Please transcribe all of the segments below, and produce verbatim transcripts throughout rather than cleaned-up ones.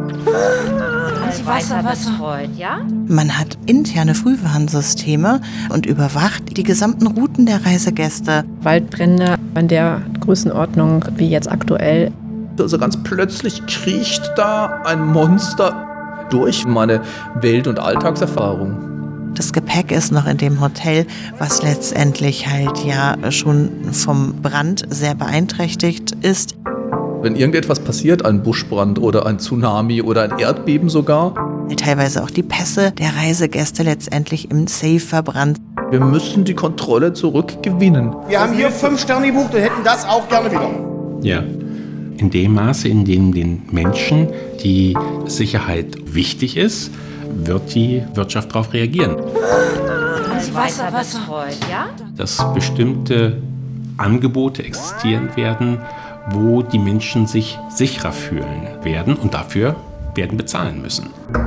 Sie Wasser, Wasser. Betreut, ja? Man hat interne Frühwarnsysteme und überwacht die gesamten Routen der Reisegäste. Waldbrände in der Größenordnung wie jetzt aktuell. Also ganz plötzlich kriecht da ein Monster durch meine Welt- und Alltagserfahrung. Das Gepäck ist noch in dem Hotel, was letztendlich halt ja schon vom Brand sehr beeinträchtigt ist. Wenn irgendetwas passiert, ein Buschbrand oder ein Tsunami oder ein Erdbeben sogar. Teilweise auch die Pässe der Reisegäste letztendlich im Safe verbrannt. Wir müssen die Kontrolle zurückgewinnen. Wir haben hier fünf Sterne gebucht und hätten das auch gerne wieder. Ja, in dem Maße, in dem den Menschen die Sicherheit wichtig ist, wird die Wirtschaft darauf reagieren. Sie Wasser, Wasser. Betreut, ja? Dass bestimmte Angebote existieren werden, wo die Menschen sich sicherer fühlen werden und dafür werden bezahlen müssen.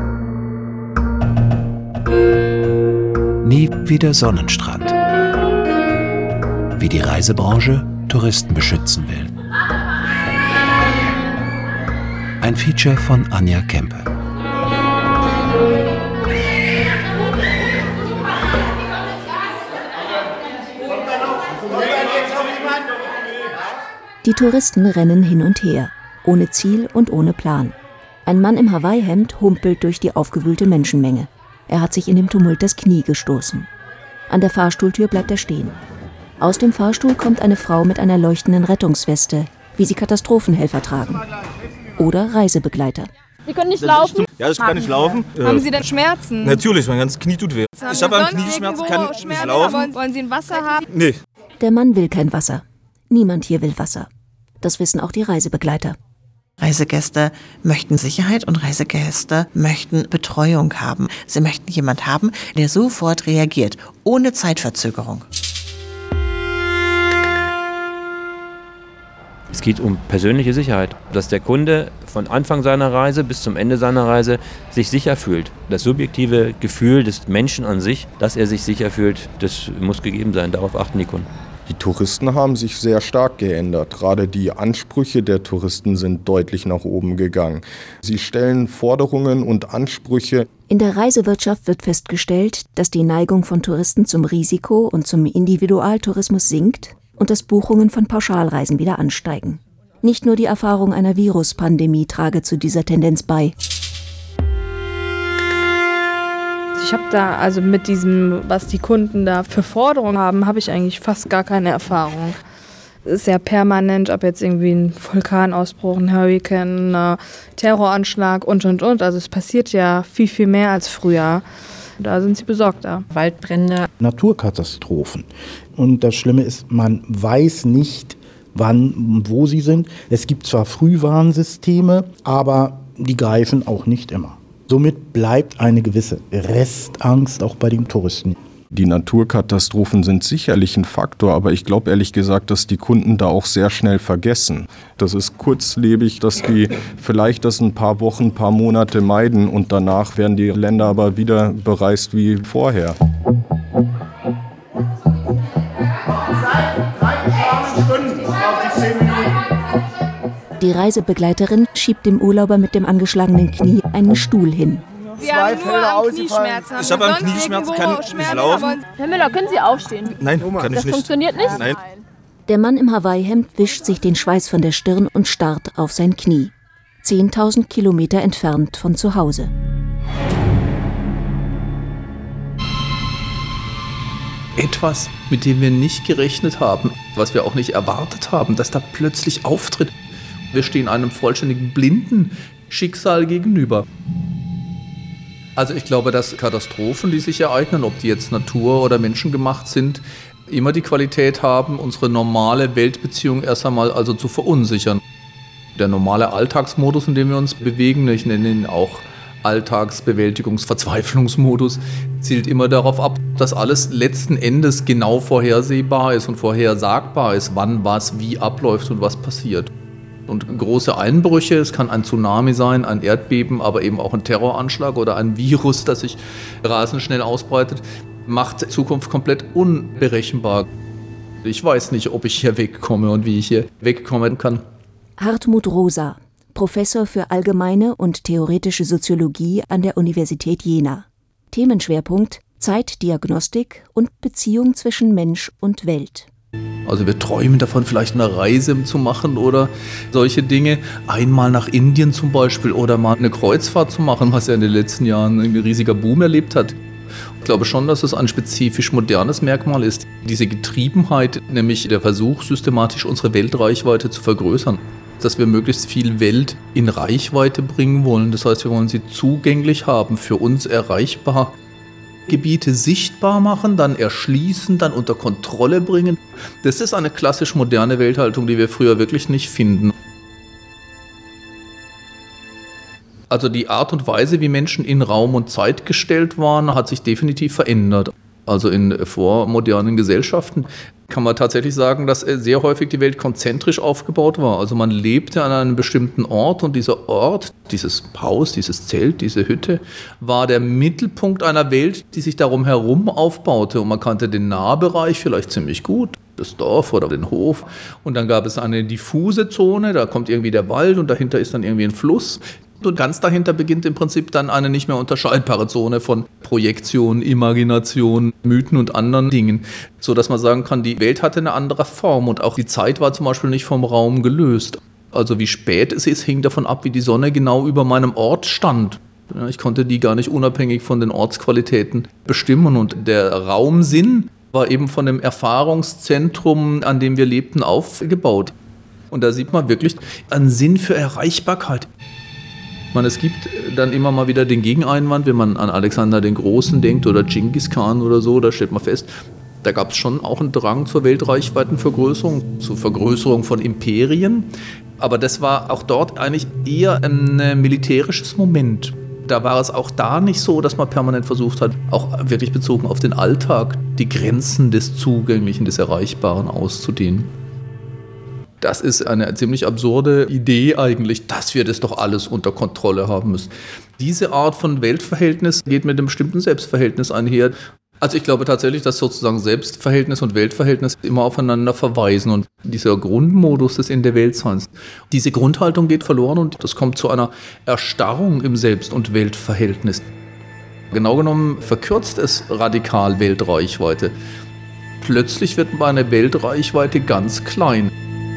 Nie wieder Sonnenstrand. Wie die Reisebranche Touristen beschützen will. Ein Feature von Anja Kempe. Die Touristen rennen hin und her, ohne Ziel und ohne Plan. Ein Mann im Hawaii-Hemd humpelt durch die aufgewühlte Menschenmenge. Er hat sich in dem Tumult das Knie gestoßen. An der Fahrstuhltür bleibt er stehen. Aus dem Fahrstuhl kommt eine Frau mit einer leuchtenden Rettungsweste, wie sie Katastrophenhelfer tragen. Oder Reisebegleiter. Sie können nicht laufen? Ja, ich kann nicht laufen. Haben Sie denn Schmerzen? Natürlich, mein ganzes Knie tut weh. Ich habe einen Knieschmerz, kann nicht laufen. Wollen Sie ein Wasser haben? Nee. Der Mann will kein Wasser. Niemand hier will Wasser. Das wissen auch die Reisebegleiter. Reisegäste möchten Sicherheit und Reisegäste möchten Betreuung haben. Sie möchten jemand haben, der sofort reagiert, ohne Zeitverzögerung. Es geht um persönliche Sicherheit, dass der Kunde von Anfang seiner Reise bis zum Ende seiner Reise sich sicher fühlt. Das subjektive Gefühl des Menschen an sich, dass er sich sicher fühlt, das muss gegeben sein. Darauf achten die Kunden. Die Touristen haben sich sehr stark geändert. Gerade die Ansprüche der Touristen sind deutlich nach oben gegangen. Sie stellen Forderungen und Ansprüche. In der Reisewirtschaft wird festgestellt, dass die Neigung von Touristen zum Risiko und zum Individualtourismus sinkt und dass Buchungen von Pauschalreisen wieder ansteigen. Nicht nur die Erfahrung einer Viruspandemie trage zu dieser Tendenz bei. Ich habe da, also mit diesem, was die Kunden da für Forderungen haben, habe ich eigentlich fast gar keine Erfahrung. Es ist ja permanent, ob jetzt irgendwie ein Vulkanausbruch, ein Hurrikan, ein Terroranschlag und, und, und. Also es passiert ja viel, viel mehr als früher. Da sind sie besorgter. Waldbrände. Naturkatastrophen. Und das Schlimme ist, man weiß nicht, wann und wo sie sind. Es gibt zwar Frühwarnsysteme, aber die greifen auch nicht immer. Somit bleibt eine gewisse Restangst auch bei den Touristen. Die Naturkatastrophen sind sicherlich ein Faktor, aber ich glaube ehrlich gesagt, dass die Kunden da auch sehr schnell vergessen. Das ist kurzlebig, dass die vielleicht das ein paar Wochen, ein paar Monate meiden und danach werden die Länder aber wieder bereist wie vorher. Die Reisebegleiterin schiebt dem Urlauber mit dem angeschlagenen Knie einen Stuhl hin. Sie haben nur Knieschmerzen. Ich habe einen Knieschmerz, kann nicht laufen. Herr Müller, können Sie aufstehen? Nein, kann ich nicht. Das funktioniert nicht? Nein. Der Mann im Hawaii-Hemd wischt sich den Schweiß von der Stirn und starrt auf sein Knie. zehntausend Kilometer entfernt von zu Hause. Etwas, mit dem wir nicht gerechnet haben, was wir auch nicht erwartet haben, dass da plötzlich auftritt. Wir stehen einem vollständigen blinden Schicksal gegenüber. Also ich glaube, dass Katastrophen, die sich ereignen, ob die jetzt natur- oder menschengemacht sind, immer die Qualität haben, unsere normale Weltbeziehung erst einmal also zu verunsichern. Der normale Alltagsmodus, in dem wir uns bewegen, ich nenne ihn auch Alltagsbewältigungsverzweiflungsmodus, zielt immer darauf ab, dass alles letzten Endes genau vorhersehbar ist und vorhersagbar ist, wann was wie abläuft und was passiert. Und große Einbrüche, es kann ein Tsunami sein, ein Erdbeben, aber eben auch ein Terroranschlag oder ein Virus, das sich rasend schnell ausbreitet, macht Zukunft komplett unberechenbar. Ich weiß nicht, ob ich hier wegkomme und wie ich hier wegkommen kann. Hartmut Rosa, Professor für allgemeine und theoretische Soziologie an der Universität Jena. Themenschwerpunkt: Zeitdiagnostik und Beziehung zwischen Mensch und Welt. Also wir träumen davon, vielleicht eine Reise zu machen oder solche Dinge. Einmal nach Indien zum Beispiel oder mal eine Kreuzfahrt zu machen, was ja in den letzten Jahren ein riesiger Boom erlebt hat. Ich glaube schon, dass es ein spezifisch modernes Merkmal ist. Diese Getriebenheit, nämlich der Versuch, systematisch unsere Weltreichweite zu vergrößern. Dass wir möglichst viel Welt in Reichweite bringen wollen. Das heißt, wir wollen sie zugänglich haben, für uns erreichbar. Gebiete sichtbar machen, dann erschließen, dann unter Kontrolle bringen. Das ist eine klassisch moderne Welthaltung, die wir früher wirklich nicht finden. Also die Art und Weise, wie Menschen in Raum und Zeit gestellt waren, hat sich definitiv verändert. Also in vormodernen Gesellschaften kann man tatsächlich sagen, dass sehr häufig die Welt konzentrisch aufgebaut war. Also man lebte an einem bestimmten Ort und dieser Ort, dieses Haus, dieses Zelt, diese Hütte, war der Mittelpunkt einer Welt, die sich darum herum aufbaute. Und man kannte den Nahbereich vielleicht ziemlich gut, das Dorf oder den Hof. Und dann gab es eine diffuse Zone, da kommt irgendwie der Wald und dahinter ist dann irgendwie ein Fluss. Und ganz dahinter beginnt im Prinzip dann eine nicht mehr unterscheidbare Zone von Projektion, Imagination, Mythen und anderen Dingen. So dass man sagen kann, die Welt hatte eine andere Form und auch die Zeit war zum Beispiel nicht vom Raum gelöst. Also wie spät es ist, hing davon ab, wie die Sonne genau über meinem Ort stand. Ich konnte die gar nicht unabhängig von den Ortsqualitäten bestimmen und der Raumsinn war eben von dem Erfahrungszentrum, an dem wir lebten, aufgebaut. Und da sieht man wirklich einen Sinn für Erreichbarkeit. Ich meine, es gibt dann immer mal wieder den Gegeneinwand, wenn man an Alexander den Großen denkt oder Genghis Khan oder so, da stellt man fest, da gab es schon auch einen Drang zur Weltreichweitenvergrößerung, zur Vergrößerung von Imperien. Aber das war auch dort eigentlich eher ein militärisches Moment. Da war es auch da nicht so, dass man permanent versucht hat, auch wirklich bezogen auf den Alltag, die Grenzen des Zugänglichen, des Erreichbaren auszudehnen. Das ist eine ziemlich absurde Idee eigentlich, dass wir das doch alles unter Kontrolle haben müssen. Diese Art von Weltverhältnis geht mit einem bestimmten Selbstverhältnis einher. Also ich glaube tatsächlich, dass sozusagen Selbstverhältnis und Weltverhältnis immer aufeinander verweisen und dieser Grundmodus des In der Weltseins. Diese Grundhaltung geht verloren und das kommt zu einer Erstarrung im Selbst- und Weltverhältnis. Genau genommen verkürzt es radikal Weltreichweite. Plötzlich wird meine Weltreichweite ganz klein.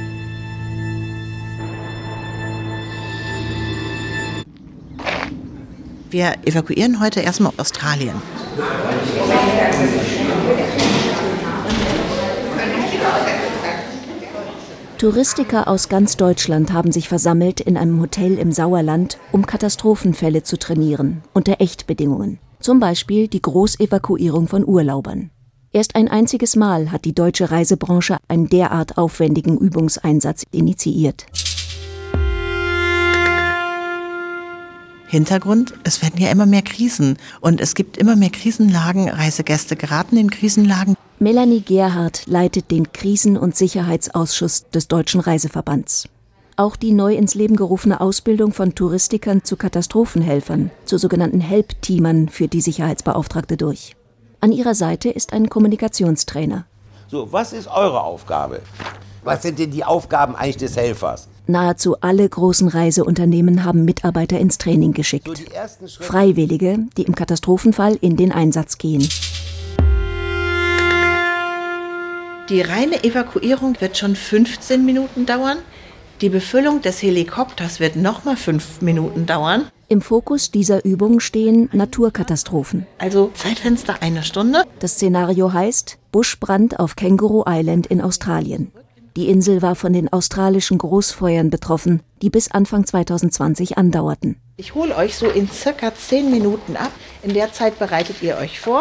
Wir evakuieren heute erstmal Australien. Touristiker aus ganz Deutschland haben sich versammelt in einem Hotel im Sauerland, um Katastrophenfälle zu trainieren, unter Echtbedingungen. Zum Beispiel die Großevakuierung von Urlaubern. Erst ein einziges Mal hat die deutsche Reisebranche einen derart aufwendigen Übungseinsatz initiiert. Hintergrund, es werden ja immer mehr Krisen und es gibt immer mehr Krisenlagen, Reisegäste geraten in Krisenlagen. Melanie Gerhardt leitet den Krisen- und Sicherheitsausschuss des Deutschen Reiseverbands. Auch die neu ins Leben gerufene Ausbildung von Touristikern zu Katastrophenhelfern, zu sogenannten Help-Teamern, führt die Sicherheitsbeauftragte durch. An ihrer Seite ist ein Kommunikationstrainer. So, was ist eure Aufgabe? Was sind denn die Aufgaben eigentlich des Helfers? Nahezu alle großen Reiseunternehmen haben Mitarbeiter ins Training geschickt. Freiwillige, die im Katastrophenfall in den Einsatz gehen. Die reine Evakuierung wird schon fünfzehn Minuten dauern. Die Befüllung des Helikopters wird nochmal fünf Minuten dauern. Im Fokus dieser Übung stehen Naturkatastrophen. Also Zeitfenster eine Stunde. Das Szenario heißt Buschbrand auf Kangaroo Island in Australien. Die Insel war von den australischen Großfeuern betroffen, die bis Anfang zwanzig zwanzig andauerten. Ich hole euch so in circa zehn Minuten ab. In der Zeit bereitet ihr euch vor.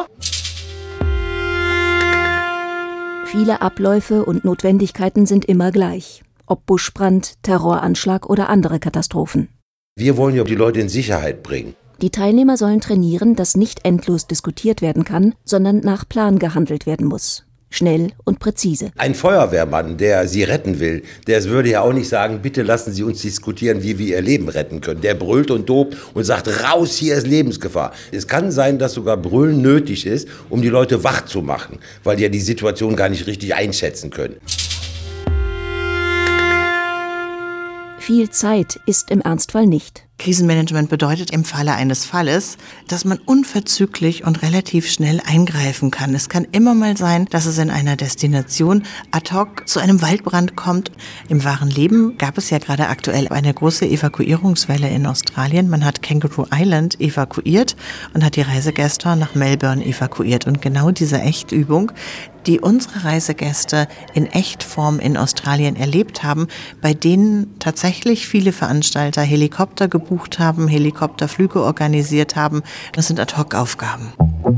Viele Abläufe und Notwendigkeiten sind immer gleich. Ob Buschbrand, Terroranschlag oder andere Katastrophen. Wir wollen ja die Leute in Sicherheit bringen. Die Teilnehmer sollen trainieren, dass nicht endlos diskutiert werden kann, sondern nach Plan gehandelt werden muss. Schnell und präzise. Ein Feuerwehrmann, der Sie retten will, der würde ja auch nicht sagen, bitte lassen Sie uns diskutieren, wie wir Ihr Leben retten können. Der brüllt und tobt und sagt, raus, hier ist Lebensgefahr. Es kann sein, dass sogar Brüllen nötig ist, um die Leute wach zu machen, weil die ja die Situation gar nicht richtig einschätzen können. Viel Zeit ist im Ernstfall nicht. Krisenmanagement bedeutet im Falle eines Falles, dass man unverzüglich und relativ schnell eingreifen kann. Es kann immer mal sein, dass es in einer Destination ad hoc zu einem Waldbrand kommt. Im wahren Leben gab es ja gerade aktuell eine große Evakuierungswelle in Australien. Man hat Kangaroo Island evakuiert und hat die Reisegäste nach Melbourne evakuiert. Und genau diese Echtübung, die unsere Reisegäste in Echtform in Australien erlebt haben, bei denen tatsächlich viele Veranstalter Helikopter gebucht haben, Helikopterflüge organisiert haben. Das sind Ad-hoc-Aufgaben.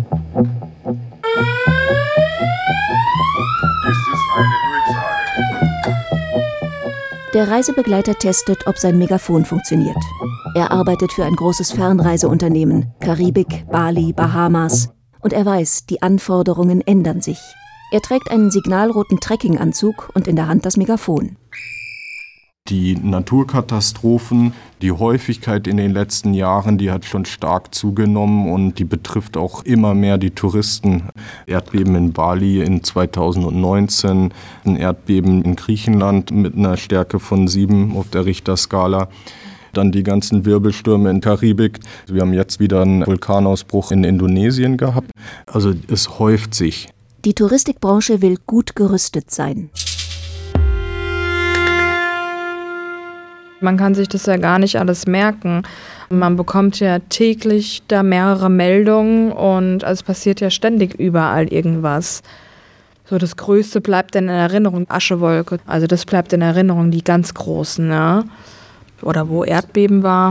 Der Reisebegleiter testet, ob sein Megafon funktioniert. Er arbeitet für ein großes Fernreiseunternehmen, Karibik, Bali, Bahamas. Und er weiß, die Anforderungen ändern sich. Er trägt einen signalroten Trekkinganzug und in der Hand das Megafon. Die Naturkatastrophen, die Häufigkeit in den letzten Jahren, die hat schon stark zugenommen und die betrifft auch immer mehr die Touristen. Erdbeben in Bali in zweitausendneunzehn, ein Erdbeben in Griechenland mit einer Stärke von sieben auf der Richterskala. Dann die ganzen Wirbelstürme in Karibik. Wir haben jetzt wieder einen Vulkanausbruch in Indonesien gehabt. Also es häuft sich. Die Touristikbranche will gut gerüstet sein. Man kann sich das ja gar nicht alles merken. Man bekommt ja täglich da mehrere Meldungen und also es passiert ja ständig überall irgendwas. So das Größte bleibt dann in Erinnerung, Aschewolke. Also das bleibt in Erinnerung, die ganz großen, ne? Oder wo Erdbeben war.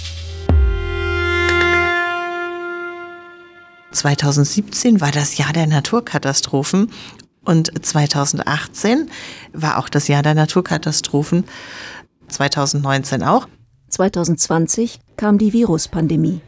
zweitausendsiebzehn war das Jahr der Naturkatastrophen und zweitausendachtzehn war auch das Jahr der Naturkatastrophen. zweitausendneunzehn auch. zweitausendzwanzig kam die Viruspandemie.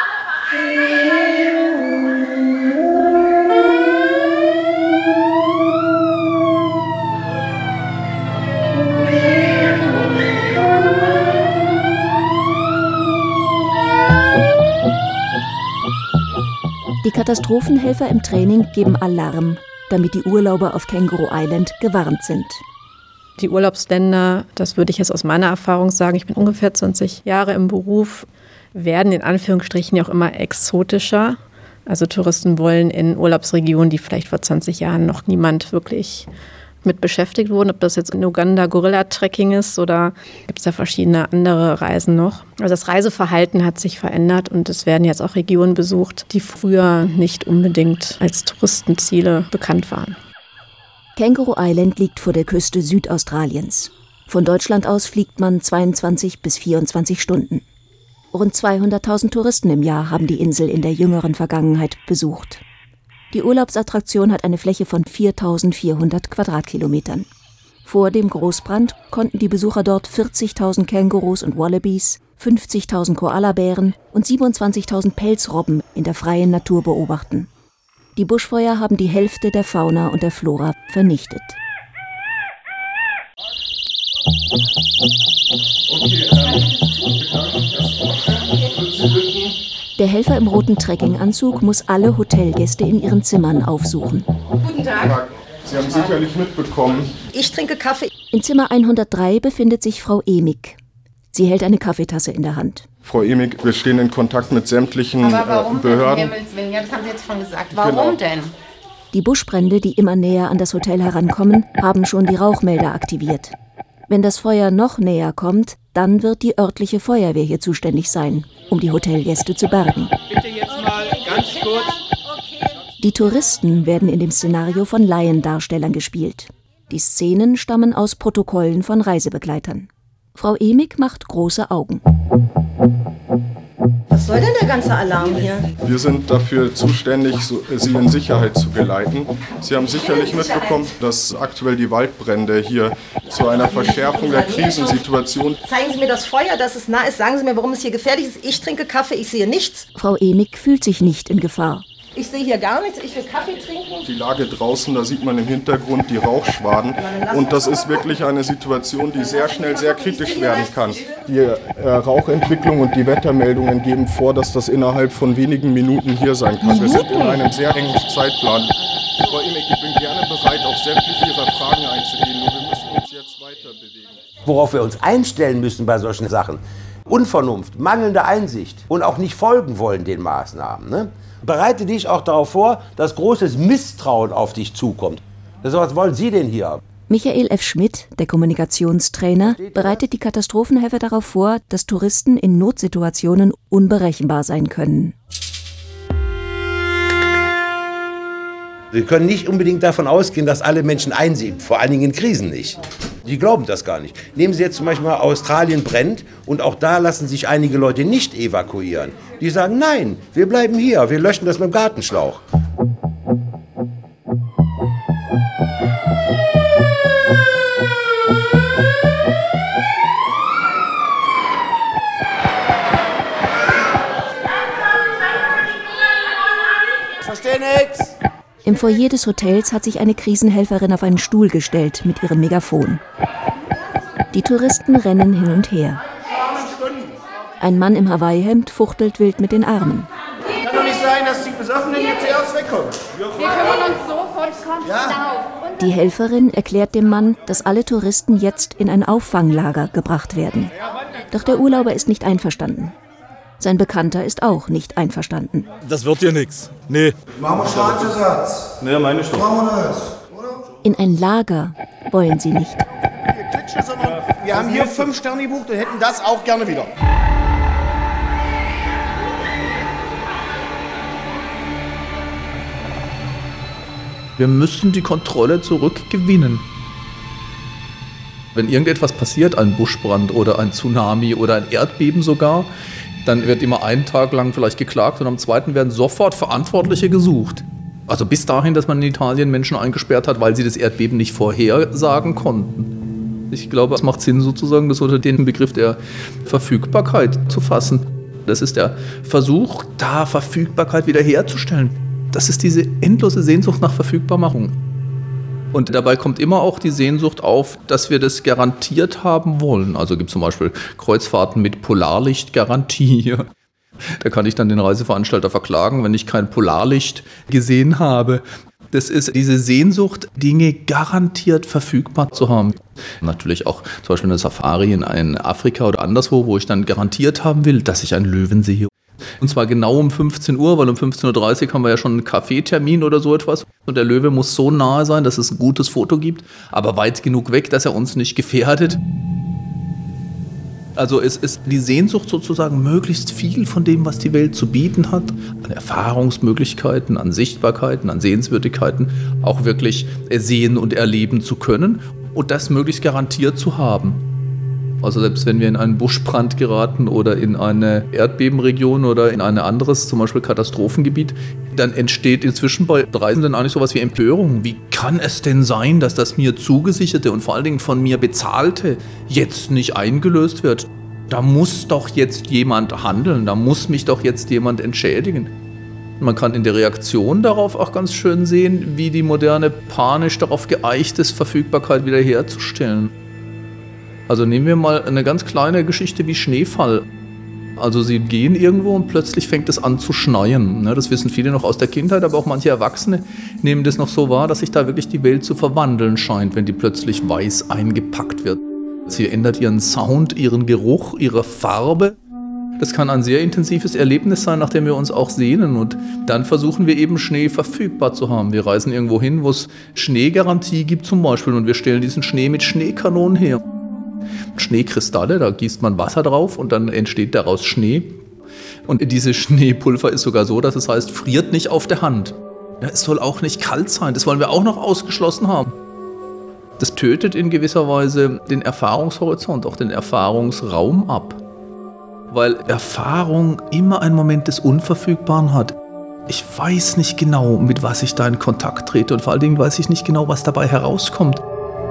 Die Katastrophenhelfer im Training geben Alarm, damit die Urlauber auf Kangaroo Island gewarnt sind. Die Urlaubsländer, das würde ich jetzt aus meiner Erfahrung sagen, ich bin ungefähr zwanzig Jahre im Beruf, werden in Anführungsstrichen ja auch immer exotischer. Also Touristen wollen in Urlaubsregionen, die vielleicht vor zwanzig Jahren noch niemand wirklich mit beschäftigt wurden, ob das jetzt in Uganda Gorilla-Trekking ist oder gibt es da verschiedene andere Reisen noch. Also das Reiseverhalten hat sich verändert und es werden jetzt auch Regionen besucht, die früher nicht unbedingt als Touristenziele bekannt waren. Kangaroo Island liegt vor der Küste Südaustraliens. Von Deutschland aus fliegt man zweiundzwanzig bis vierundzwanzig Stunden. Rund zweihunderttausend Touristen im Jahr haben die Insel in der jüngeren Vergangenheit besucht. Die Urlaubsattraktion hat eine Fläche von viertausendvierhundert Quadratkilometern. Vor dem Großbrand konnten die Besucher dort vierzigtausend Kängurus und Wallabies, fünfzigtausend Koalabären und siebenundzwanzigtausend Pelzrobben in der freien Natur beobachten. Die Buschfeuer haben die Hälfte der Fauna und der Flora vernichtet. Der Helfer im roten Trekkinganzug muss alle Hotelgäste in ihren Zimmern aufsuchen. Guten Tag. Sie haben sicherlich mitbekommen. Ich trinke Kaffee. In Zimmer hundertdrei befindet sich Frau Emig. Sie hält eine Kaffeetasse in der Hand. Frau Emig, wir stehen in Kontakt mit sämtlichen Aber warum äh, Behörden. Denn, ja, das haben Sie jetzt schon gesagt. Warum Genau. denn? Die Buschbrände, die immer näher an das Hotel herankommen, haben schon die Rauchmelder aktiviert. Wenn das Feuer noch näher kommt, dann wird die örtliche Feuerwehr hier zuständig sein, um die Hotelgäste zu bergen. Bitte jetzt mal ganz kurz. Die Touristen werden in dem Szenario von Laiendarstellern gespielt. Die Szenen stammen aus Protokollen von Reisebegleitern. Frau Emig macht große Augen. Was soll denn der ganze Alarm hier? Wir sind dafür zuständig, so, Sie in Sicherheit zu geleiten. Sie haben sicherlich mitbekommen, dass aktuell die Waldbrände hier zu einer Verschärfung der Krisensituation. Zeigen Sie mir das Feuer, dass es nah ist. Sagen Sie mir, warum es hier gefährlich ist. Ich trinke Kaffee, ich sehe nichts. Frau Emig fühlt sich nicht in Gefahr. Ich sehe hier gar nichts. Ich will Kaffee trinken. Die Lage draußen, da sieht man im Hintergrund die Rauchschwaden. Und das ist wirklich eine Situation, die sehr schnell sehr kritisch werden kann. Die äh, Rauchentwicklung und die Wettermeldungen geben vor, dass das innerhalb von wenigen Minuten hier sein kann. Wir sind in einem sehr engen Zeitplan. Frau Emig, ich bin gerne bereit, auf sämtliche Ihrer Fragen einzugehen, nur wir müssen uns jetzt weiter bewegen. Worauf wir uns einstellen müssen bei solchen Sachen: Unvernunft, mangelnde Einsicht und auch nicht folgen wollen den Maßnahmen. Ne? Bereite dich auch darauf vor, dass großes Misstrauen auf dich zukommt. Was wollen Sie denn hier? Michael F. Schmidt, der Kommunikationstrainer, bereitet die Katastrophenhelfer darauf vor, dass Touristen in Notsituationen unberechenbar sein können. Wir können nicht unbedingt davon ausgehen, dass alle Menschen einsehen, vor allen Dingen in Krisen nicht. Die glauben das gar nicht. Nehmen Sie jetzt zum Beispiel mal Australien brennt und auch da lassen sich einige Leute nicht evakuieren. Die sagen, nein, wir bleiben hier, wir löschen das mit dem Gartenschlauch. Ich verstehe nichts. Im Foyer des Hotels hat sich eine Krisenhelferin auf einen Stuhl gestellt mit ihrem Megafon. Die Touristen rennen hin und her. Ein Mann im Hawaii-Hemd fuchtelt wild mit den Armen. Kann doch nicht sein, dass die Besoffenen jetzt hier aus wegkommen. Wir kümmern uns sofort, es kommt ja. Die Helferin erklärt dem Mann, dass alle Touristen jetzt in ein Auffanglager gebracht werden. Doch der Urlauber ist nicht einverstanden. Sein Bekannter ist auch nicht einverstanden. Das wird hier nichts. Nee. Machen wir Schadensersatz. Nee, meine ich doch. Machen wir das. In ein Lager wollen sie nicht. Wir haben hier fünf Sterne gebucht und hätten das auch gerne wieder. Wir müssen die Kontrolle zurückgewinnen. Wenn irgendetwas passiert, ein Buschbrand oder ein Tsunami oder ein Erdbeben sogar, dann wird immer einen Tag lang vielleicht geklagt und am zweiten werden sofort Verantwortliche gesucht. Also bis dahin, dass man in Italien Menschen eingesperrt hat, weil sie das Erdbeben nicht vorhersagen konnten. Ich glaube, es macht Sinn, sozusagen das unter den Begriff der Verfügbarkeit zu fassen. Das ist der Versuch, da Verfügbarkeit wiederherzustellen. Das ist diese endlose Sehnsucht nach Verfügbarmachung. Und dabei kommt immer auch die Sehnsucht auf, dass wir das garantiert haben wollen. Also gibt es zum Beispiel Kreuzfahrten mit Polarlichtgarantie. Da kann ich dann den Reiseveranstalter verklagen, wenn ich kein Polarlicht gesehen habe. Das ist diese Sehnsucht, Dinge garantiert verfügbar zu haben. Natürlich auch zum Beispiel eine Safari in Afrika oder anderswo, wo ich dann garantiert haben will, dass ich einen Löwen sehe. Und zwar genau um fünfzehn Uhr, weil um fünfzehn Uhr dreißig haben wir ja schon einen Kaffeetermin oder so etwas. Und der Löwe muss so nahe sein, dass es ein gutes Foto gibt, aber weit genug weg, dass er uns nicht gefährdet. Also es ist die Sehnsucht sozusagen, möglichst viel von dem, was die Welt zu bieten hat, an Erfahrungsmöglichkeiten, an Sichtbarkeiten, an Sehenswürdigkeiten, auch wirklich sehen und erleben zu können und das möglichst garantiert zu haben. Also selbst wenn wir in einen Buschbrand geraten oder in eine Erdbebenregion oder in ein anderes, zum Beispiel Katastrophengebiet, dann entsteht inzwischen bei Reisenden eigentlich sowas wie Empörung. Wie kann es denn sein, dass das mir zugesicherte und vor allen Dingen von mir bezahlte jetzt nicht eingelöst wird? Da muss doch jetzt jemand handeln, da muss mich doch jetzt jemand entschädigen. Man kann in der Reaktion darauf auch ganz schön sehen, wie die Moderne panisch darauf geeicht ist, Verfügbarkeit wiederherzustellen. Also nehmen wir mal eine ganz kleine Geschichte wie Schneefall. Also sie gehen irgendwo und plötzlich fängt es an zu schneien. Das wissen viele noch aus der Kindheit, aber auch manche Erwachsene nehmen das noch so wahr, dass sich da wirklich die Welt zu verwandeln scheint, wenn die plötzlich weiß eingepackt wird. Sie ändert ihren Sound, ihren Geruch, ihre Farbe. Das kann ein sehr intensives Erlebnis sein, nach dem wir uns auch sehnen. Und dann versuchen wir eben Schnee verfügbar zu haben. Wir reisen irgendwo hin, wo es Schneegarantie gibt zum Beispiel und wir stellen diesen Schnee mit Schneekanonen her. Schneekristalle, da gießt man Wasser drauf und dann entsteht daraus Schnee. Und dieses Schneepulver ist sogar so, dass es heißt, friert nicht auf der Hand. Ja, es soll auch nicht kalt sein, das wollen wir auch noch ausgeschlossen haben. Das tötet in gewisser Weise den Erfahrungshorizont, auch den Erfahrungsraum ab. Weil Erfahrung immer einen Moment des Unverfügbaren hat. Ich weiß nicht genau, mit was ich da in Kontakt trete und vor allen Dingen weiß ich nicht genau, was dabei herauskommt.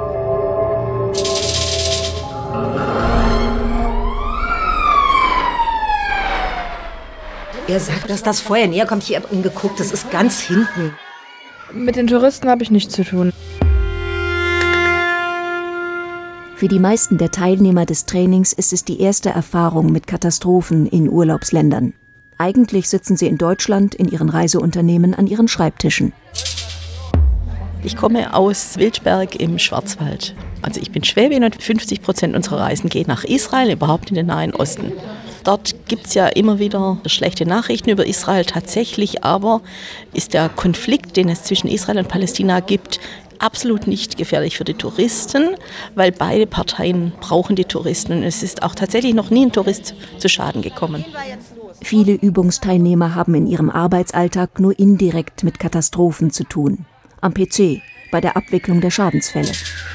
Er sagt, dass das Feuer näher kommt. Ich habe ihn geguckt, das ist ganz hinten. Mit den Touristen habe ich nichts zu tun. Für die meisten der Teilnehmer des Trainings ist es die erste Erfahrung mit Katastrophen in Urlaubsländern. Eigentlich sitzen sie in Deutschland in ihren Reiseunternehmen an ihren Schreibtischen. Ich komme aus Wildberg im Schwarzwald. Also ich bin Schwäbin und fünfzig Prozent unserer Reisen gehen nach Israel, überhaupt in den Nahen Osten. Dort gibt es ja immer wieder schlechte Nachrichten über Israel. Tatsächlich aber ist der Konflikt, den es zwischen Israel und Palästina gibt, absolut nicht gefährlich für die Touristen, weil beide Parteien brauchen die Touristen. Und es ist auch tatsächlich noch nie ein Tourist zu Schaden gekommen. Viele Übungsteilnehmer haben in ihrem Arbeitsalltag nur indirekt mit Katastrophen zu tun. Am P C, bei der Abwicklung der Schadensfälle.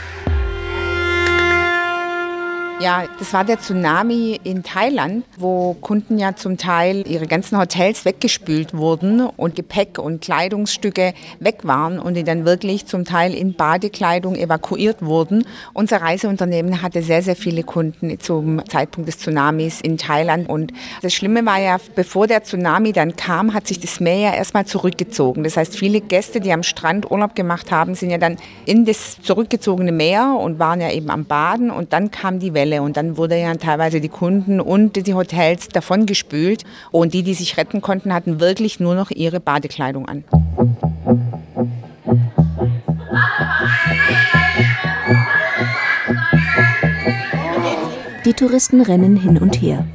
Ja, das war der Tsunami in Thailand, wo Kunden ja zum Teil ihre ganzen Hotels weggespült wurden und Gepäck und Kleidungsstücke weg waren und die dann wirklich zum Teil in Badekleidung evakuiert wurden. Unser Reiseunternehmen hatte sehr, sehr viele Kunden zum Zeitpunkt des Tsunamis in Thailand. Und das Schlimme war ja, bevor der Tsunami dann kam, hat sich das Meer ja erstmal zurückgezogen. Das heißt, viele Gäste, die am Strand Urlaub gemacht haben, sind ja dann in das zurückgezogene Meer und waren ja eben am Baden und dann kam die Welle. Und dann wurde ja teilweise die Kunden und die Hotels davon gespült. Und die, die sich retten konnten, hatten wirklich nur noch ihre Badekleidung an. Die Touristen rennen hin und her.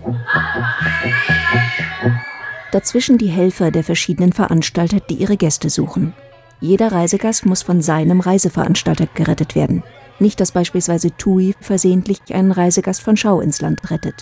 Dazwischen die Helfer der verschiedenen Veranstalter, die ihre Gäste suchen. Jeder Reisegast muss von seinem Reiseveranstalter gerettet werden. Nicht, dass beispielsweise T U I versehentlich einen Reisegast von Schau ins Land rettet.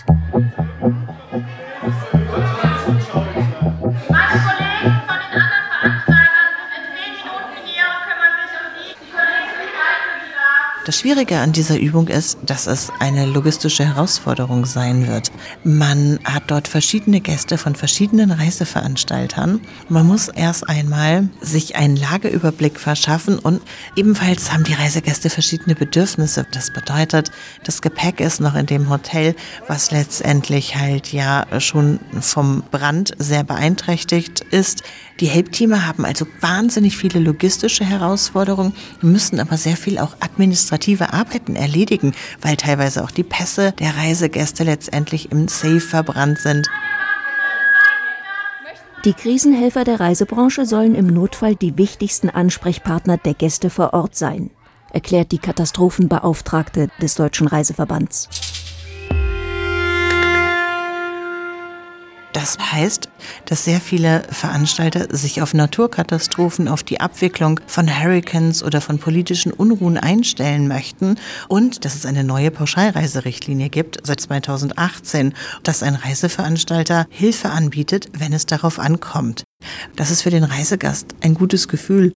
Das Schwierige an dieser Übung ist, dass es eine logistische Herausforderung sein wird. Man hat dort verschiedene Gäste von verschiedenen Reiseveranstaltern. Man muss erst einmal sich einen Lageüberblick verschaffen und ebenfalls haben die Reisegäste verschiedene Bedürfnisse. Das bedeutet, das Gepäck ist noch in dem Hotel, was letztendlich halt ja schon vom Brand sehr beeinträchtigt ist. Die Helpteamer haben also wahnsinnig viele logistische Herausforderungen, müssen aber sehr viel auch administrative Arbeiten erledigen, weil teilweise auch die Pässe der Reisegäste letztendlich im Safe verbrannt sind. Die Krisenhelfer der Reisebranche sollen im Notfall die wichtigsten Ansprechpartner der Gäste vor Ort sein, erklärt die Katastrophenbeauftragte des Deutschen Reiseverbands. Das heißt, dass sehr viele Veranstalter sich auf Naturkatastrophen, auf die Abwicklung von Hurricanes oder von politischen Unruhen einstellen möchten und dass es eine neue Pauschalreiserichtlinie gibt seit zweitausendachtzehn, dass ein Reiseveranstalter Hilfe anbietet, wenn es darauf ankommt. Das ist für den Reisegast ein gutes Gefühl.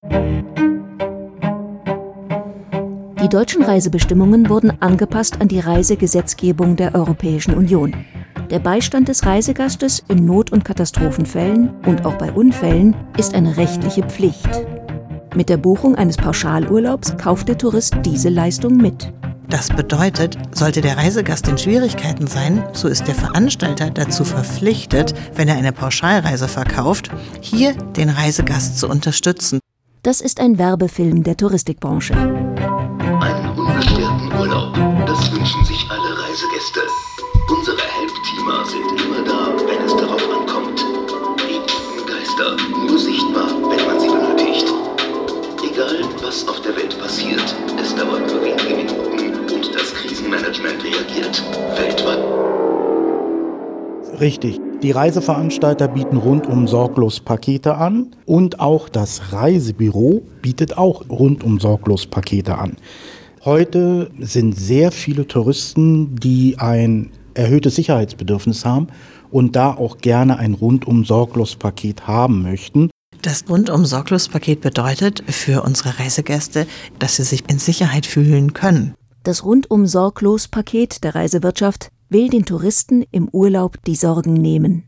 Die deutschen Reisebestimmungen wurden angepasst an die Reisegesetzgebung der Europäischen Union. Der Beistand des Reisegastes in Not- und Katastrophenfällen und auch bei Unfällen ist eine rechtliche Pflicht. Mit der Buchung eines Pauschalurlaubs kauft der Tourist diese Leistung mit. Das bedeutet, sollte der Reisegast in Schwierigkeiten sein, so ist der Veranstalter dazu verpflichtet, wenn er eine Pauschalreise verkauft, hier den Reisegast zu unterstützen. Das ist ein Werbefilm der Touristikbranche. Einen unbeschwerten Urlaub, das wünschen sich alle Reisegäste. Unsere Helpteamer sind immer da, wenn es darauf ankommt. Wie Geister, nur sichtbar, wenn man sie benötigt. Egal, was auf der Welt passiert, es dauert nur wenige Minuten und das Krisenmanagement reagiert. Weltweit. Richtig. Die Reiseveranstalter bieten rundum sorglos Pakete an und auch das Reisebüro bietet auch rundum sorglos Pakete an. Heute sind sehr viele Touristen, die ein erhöhtes Sicherheitsbedürfnis haben und da auch gerne ein Rundum-Sorglos-Paket haben möchten. Das Rundum-Sorglos-Paket bedeutet für unsere Reisegäste, dass sie sich in Sicherheit fühlen können. Das Rundum-Sorglos-Paket der Reisewirtschaft will den Touristen im Urlaub die Sorgen nehmen.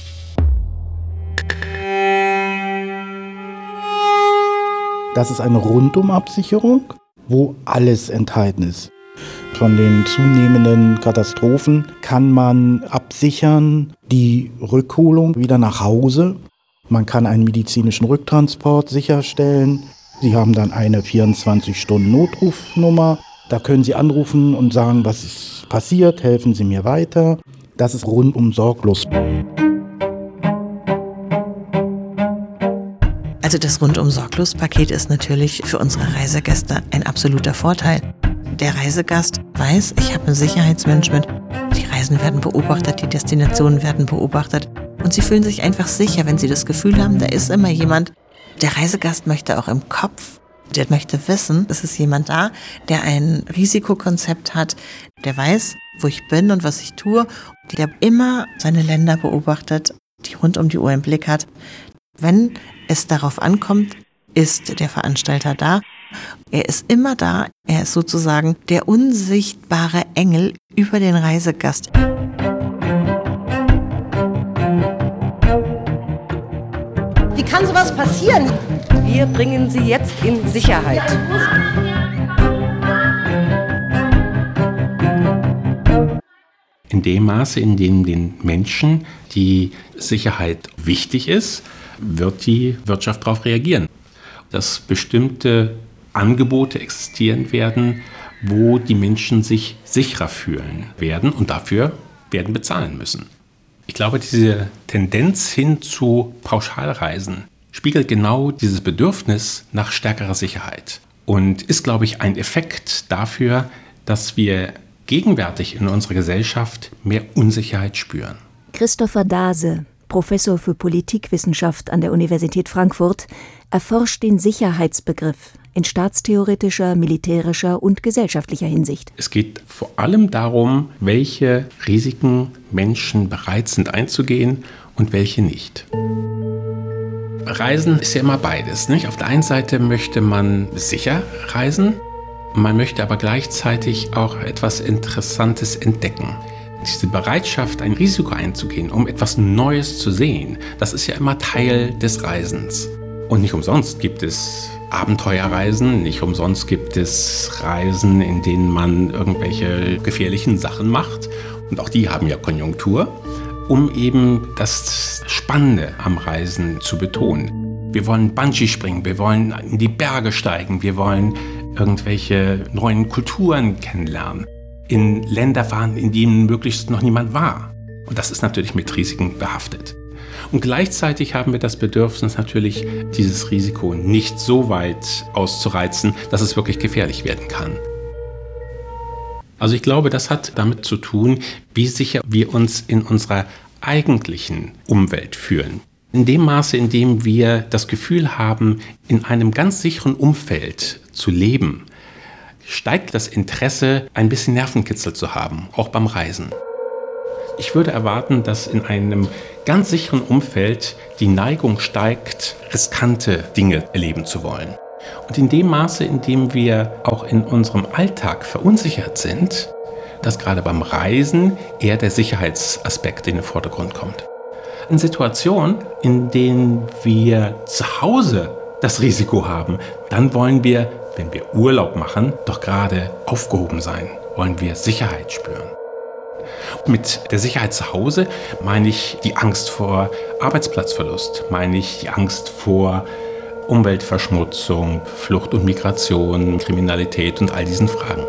Das ist eine Rundumabsicherung, wo alles enthalten ist. Von den zunehmenden Katastrophen kann man absichern die Rückholung wieder nach Hause. Man kann einen medizinischen Rücktransport sicherstellen. Sie haben dann eine vierundzwanzig Stunden Notrufnummer. Da können Sie anrufen und sagen, was ist passiert, helfen Sie mir weiter. Das ist rundum sorglos. Also das Rundum-Sorglos-Paket ist natürlich für unsere Reisegäste ein absoluter Vorteil. Der Reisegast weiß, ich habe ein Sicherheitsmanagement. Die Reisen werden beobachtet, die Destinationen werden beobachtet. Und sie fühlen sich einfach sicher, wenn sie das Gefühl haben, da ist immer jemand. Der Reisegast möchte auch im Kopf, der möchte wissen, es ist jemand da, der ein Risikokonzept hat, der weiß, wo ich bin und was ich tue, der immer seine Länder beobachtet, die rund um die Uhr im Blick hat. Wenn es darauf ankommt, ist der Veranstalter da. Er ist immer da. Er ist sozusagen der unsichtbare Engel über den Reisegast. Wie kann sowas passieren? Wir bringen Sie jetzt in Sicherheit. In dem Maße, in dem den Menschen die Sicherheit wichtig ist, wird die Wirtschaft darauf reagieren. Dass bestimmte Angebote existieren werden, wo die Menschen sich sicherer fühlen werden und dafür werden bezahlen müssen. Ich glaube, diese Tendenz hin zu Pauschalreisen spiegelt genau dieses Bedürfnis nach stärkerer Sicherheit und ist, glaube ich, ein Effekt dafür, dass wir gegenwärtig in unserer Gesellschaft mehr Unsicherheit spüren. Christopher Dase, Professor für Politikwissenschaft an der Universität Frankfurt, erforscht den Sicherheitsbegriff in staatstheoretischer, militärischer und gesellschaftlicher Hinsicht. Es geht vor allem darum, welche Risiken Menschen bereit sind einzugehen und welche nicht. Reisen ist ja immer beides, nicht? Auf der einen Seite möchte man sicher reisen, man möchte aber gleichzeitig auch etwas Interessantes entdecken. Diese Bereitschaft, ein Risiko einzugehen, um etwas Neues zu sehen, das ist ja immer Teil des Reisens. Und nicht umsonst gibt es Abenteuerreisen, nicht umsonst gibt es Reisen, in denen man irgendwelche gefährlichen Sachen macht. Und auch die haben ja Konjunktur, um eben das Spannende am Reisen zu betonen. Wir wollen Bungee springen, wir wollen in die Berge steigen, wir wollen irgendwelche neuen Kulturen kennenlernen, in Länder fahren, in denen möglichst noch niemand war. Und das ist natürlich mit Risiken behaftet. Und gleichzeitig haben wir das Bedürfnis natürlich, dieses Risiko nicht so weit auszureizen, dass es wirklich gefährlich werden kann. Also ich glaube, das hat damit zu tun, wie sicher wir uns in unserer eigentlichen Umwelt fühlen. In dem Maße, in dem wir das Gefühl haben, in einem ganz sicheren Umfeld zu leben, steigt das Interesse, ein bisschen Nervenkitzel zu haben, auch beim Reisen. Ich würde erwarten, dass in einem ganz sicheren Umfeld die Neigung steigt, riskante Dinge erleben zu wollen. Und in dem Maße, in dem wir auch in unserem Alltag verunsichert sind, dass gerade beim Reisen eher der Sicherheitsaspekt in den Vordergrund kommt. In Situationen, in denen wir zu Hause das Risiko haben, dann wollen wir, wenn wir Urlaub machen, doch gerade aufgehoben sein, wollen wir Sicherheit spüren. Mit der Sicherheit zu Hause meine ich die Angst vor Arbeitsplatzverlust, meine ich die Angst vor Umweltverschmutzung, Flucht und Migration, Kriminalität und all diesen Fragen.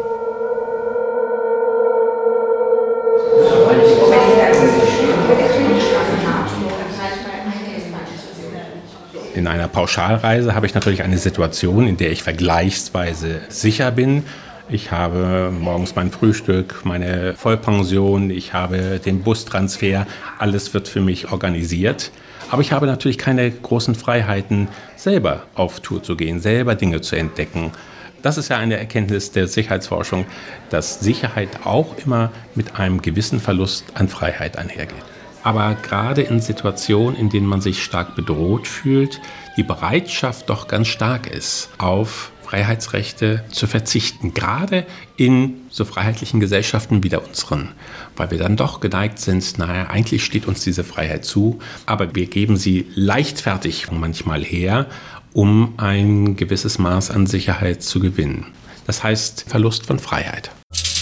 In einer Pauschalreise habe ich natürlich eine Situation, in der ich vergleichsweise sicher bin. Ich habe morgens mein Frühstück, meine Vollpension, ich habe den Bustransfer, alles wird für mich organisiert. Aber ich habe natürlich keine großen Freiheiten, selber auf Tour zu gehen, selber Dinge zu entdecken. Das ist ja eine Erkenntnis der Sicherheitsforschung, dass Sicherheit auch immer mit einem gewissen Verlust an Freiheit einhergeht. Aber gerade in Situationen, in denen man sich stark bedroht fühlt, die Bereitschaft doch ganz stark ist, auf Freiheitsrechte zu verzichten, gerade in so freiheitlichen Gesellschaften wie der unseren, weil wir dann doch geneigt sind, naja, eigentlich steht uns diese Freiheit zu, aber wir geben sie leichtfertig manchmal her, um ein gewisses Maß an Sicherheit zu gewinnen. Das heißt Verlust von Freiheit.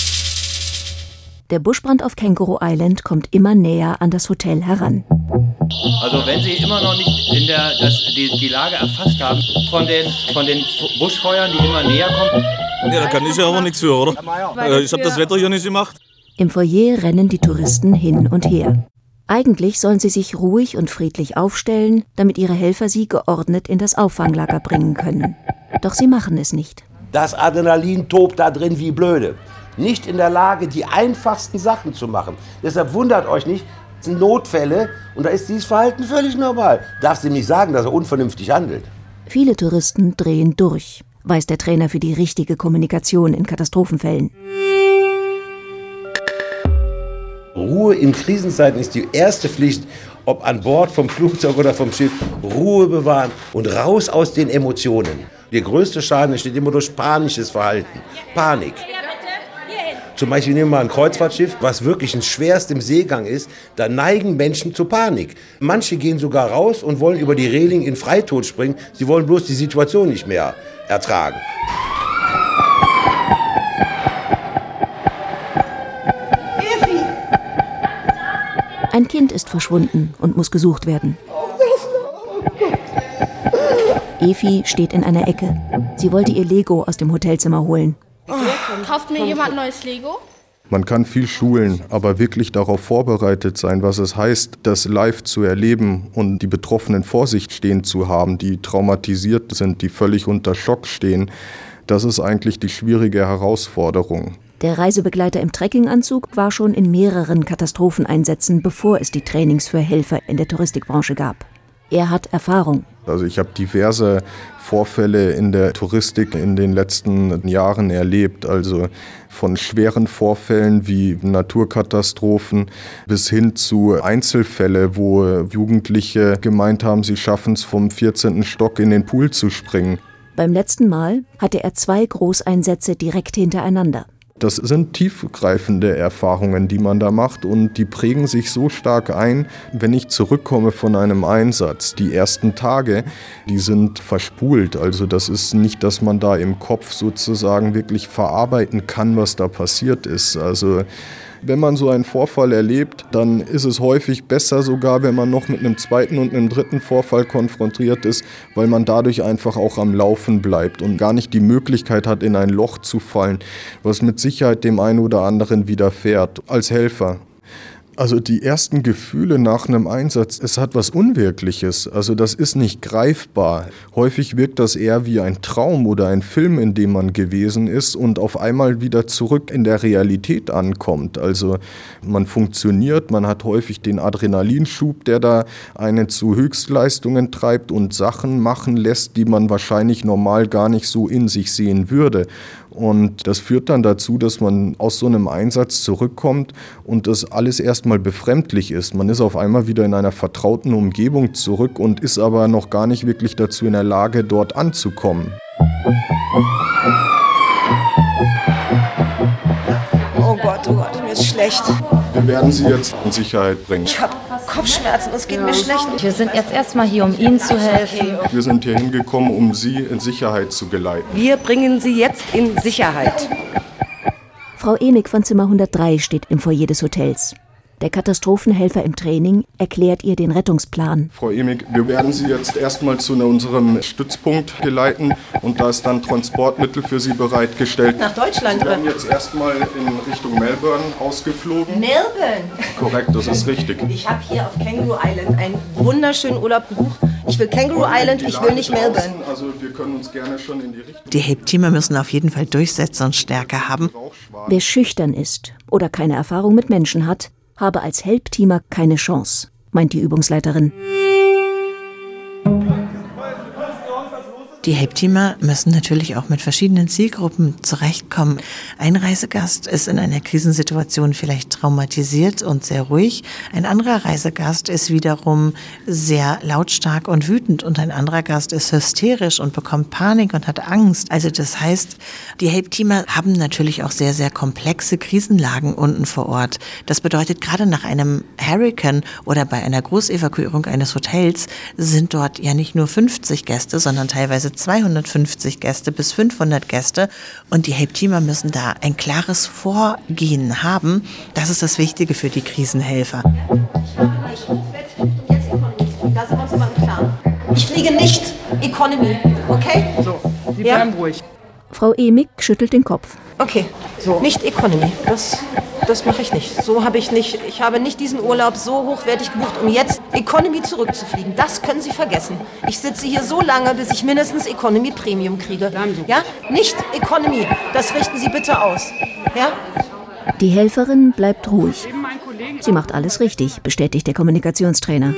Der Buschbrand auf Känguru Island kommt immer näher an das Hotel heran. Also wenn Sie immer noch nicht in der, das, die, die Lage erfasst haben von den, von den Buschfeuern, die immer näher kommen. Ja, da kann ich ja aber nichts für, oder? Ich habe das Wetter hier nicht gemacht. Im Foyer rennen die Touristen hin und her. Eigentlich sollen sie sich ruhig und friedlich aufstellen, damit ihre Helfer sie geordnet in das Auffanglager bringen können. Doch sie machen es nicht. Das Adrenalin tobt da drin wie blöde. Nicht in der Lage, die einfachsten Sachen zu machen. Deshalb wundert euch nicht, es sind Notfälle und da ist dieses Verhalten völlig normal. Darfst du ihm nicht sagen, dass er unvernünftig handelt. Viele Touristen drehen durch, weiß der Trainer für die richtige Kommunikation in Katastrophenfällen. Ruhe in Krisenzeiten ist die erste Pflicht, ob an Bord vom Flugzeug oder vom Schiff. Ruhe bewahren und raus aus den Emotionen. Der größte Schaden entsteht immer durch panisches Verhalten. Panik. Zum Beispiel nehmen wir mal ein Kreuzfahrtschiff, was wirklich ein schwerst im Seegang ist, da neigen Menschen zu Panik. Manche gehen sogar raus und wollen über die Reling in Freitod springen. Sie wollen bloß die Situation nicht mehr ertragen. Ein Kind ist verschwunden und muss gesucht werden. Efi steht in einer Ecke. Sie wollte ihr Lego aus dem Hotelzimmer holen. Kauft mir jemand neues Lego? Man kann viel schulen, aber wirklich darauf vorbereitet sein, was es heißt, das live zu erleben und die Betroffenen vor sich stehen zu haben, die traumatisiert sind, die völlig unter Schock stehen. Das ist eigentlich die schwierige Herausforderung. Der Reisebegleiter im Trekkinganzug war schon in mehreren Katastropheneinsätzen, bevor es die Trainings für Helfer in der Touristikbranche gab. Er hat Erfahrung. Also ich habe diverse Vorfälle in der Touristik in den letzten Jahren erlebt. Also von schweren Vorfällen wie Naturkatastrophen bis hin zu Einzelfälle, wo Jugendliche gemeint haben, sie schaffen es vom vierzehnten Stock in den Pool zu springen. Beim letzten Mal hatte er zwei Großeinsätze direkt hintereinander. Das sind tiefgreifende Erfahrungen, die man da macht und die prägen sich so stark ein, wenn ich zurückkomme von einem Einsatz. Die ersten Tage, die sind verspult. Also das ist nicht, dass man da im Kopf sozusagen wirklich verarbeiten kann, was da passiert ist. Also wenn man so einen Vorfall erlebt, dann ist es häufig besser sogar, wenn man noch mit einem zweiten und einem dritten Vorfall konfrontiert ist, weil man dadurch einfach auch am Laufen bleibt und gar nicht die Möglichkeit hat, in ein Loch zu fallen, was mit Sicherheit dem einen oder anderen widerfährt, als Helfer. Also die ersten Gefühle nach einem Einsatz, es hat was Unwirkliches, also das ist nicht greifbar. Häufig wirkt das eher wie ein Traum oder ein Film, in dem man gewesen ist und auf einmal wieder zurück in der Realität ankommt. Also man funktioniert, man hat häufig den Adrenalinschub, der da einen zu Höchstleistungen treibt und Sachen machen lässt, die man wahrscheinlich normal gar nicht so in sich sehen würde. Und das führt dann dazu, dass man aus so einem Einsatz zurückkommt und das alles erstmal befremdlich ist. Man ist auf einmal wieder in einer vertrauten Umgebung zurück und ist aber noch gar nicht wirklich dazu in der Lage, dort anzukommen. Oh Gott, oh Gott, mir ist schlecht. Wir werden Sie jetzt in Sicherheit bringen. Ich habe Kopfschmerzen, es geht mir schlecht. Wir sind jetzt erstmal hier, um Ihnen zu helfen. Wir sind hier hingekommen, um Sie in Sicherheit zu geleiten. Wir bringen Sie jetzt in Sicherheit. Frau Emig von Zimmer hundertdrei steht im Foyer des Hotels. Der Katastrophenhelfer im Training erklärt ihr den Rettungsplan. Frau Emig, wir werden Sie jetzt erstmal zu unserem Stützpunkt geleiten und da ist dann Transportmittel für Sie bereitgestellt. Nach Deutschland? Sie werden jetzt erstmal in Richtung Melbourne ausgeflogen. Melbourne? Korrekt, das ist richtig. Ich habe hier auf Kangaroo Island einen wunderschönen Urlaub gebucht. Ich will Kangaroo Island, ich will nicht Melbourne. Also wir können uns gerne schon in die Richtung... Die Help-Teamer müssen auf jeden Fall Durchsetzer und Stärke haben. Wer schüchtern ist oder keine Erfahrung mit Menschen hat, habe als Help-Teamer keine Chance, meint die Übungsleiterin. Die Help-Teamer müssen natürlich auch mit verschiedenen Zielgruppen zurechtkommen. Ein Reisegast ist in einer Krisensituation vielleicht traumatisiert und sehr ruhig. Ein anderer Reisegast ist wiederum sehr lautstark und wütend. Und ein anderer Gast ist hysterisch und bekommt Panik und hat Angst. Also das heißt, die Help-Teamer haben natürlich auch sehr, sehr komplexe Krisenlagen unten vor Ort. Das bedeutet, gerade nach einem Hurrikan oder bei einer Großevakuierung eines Hotels sind dort ja nicht nur fünfzig Gäste, sondern teilweise zweihundertfünfzig Gäste bis fünfhundert Gäste und die Help-Teamer müssen da ein klares Vorgehen haben. Das ist das Wichtige für die Krisenhelfer. Da sind wir uns aber im Klaren. Ich fliege nicht Economy, okay? So, Sie bleiben ruhig. Frau Emig schüttelt den Kopf. Okay, so. Nicht Economy. Das, das mache ich nicht. So habe ich nicht. Ich habe nicht diesen Urlaub so hochwertig gebucht, um jetzt Economy zurückzufliegen. Das können Sie vergessen. Ich sitze hier so lange, bis ich mindestens Economy Premium kriege. Ja? Nicht Economy. Das richten Sie bitte aus. Ja? Die Helferin bleibt ruhig. Sie macht alles richtig, bestätigt der Kommunikationstrainer.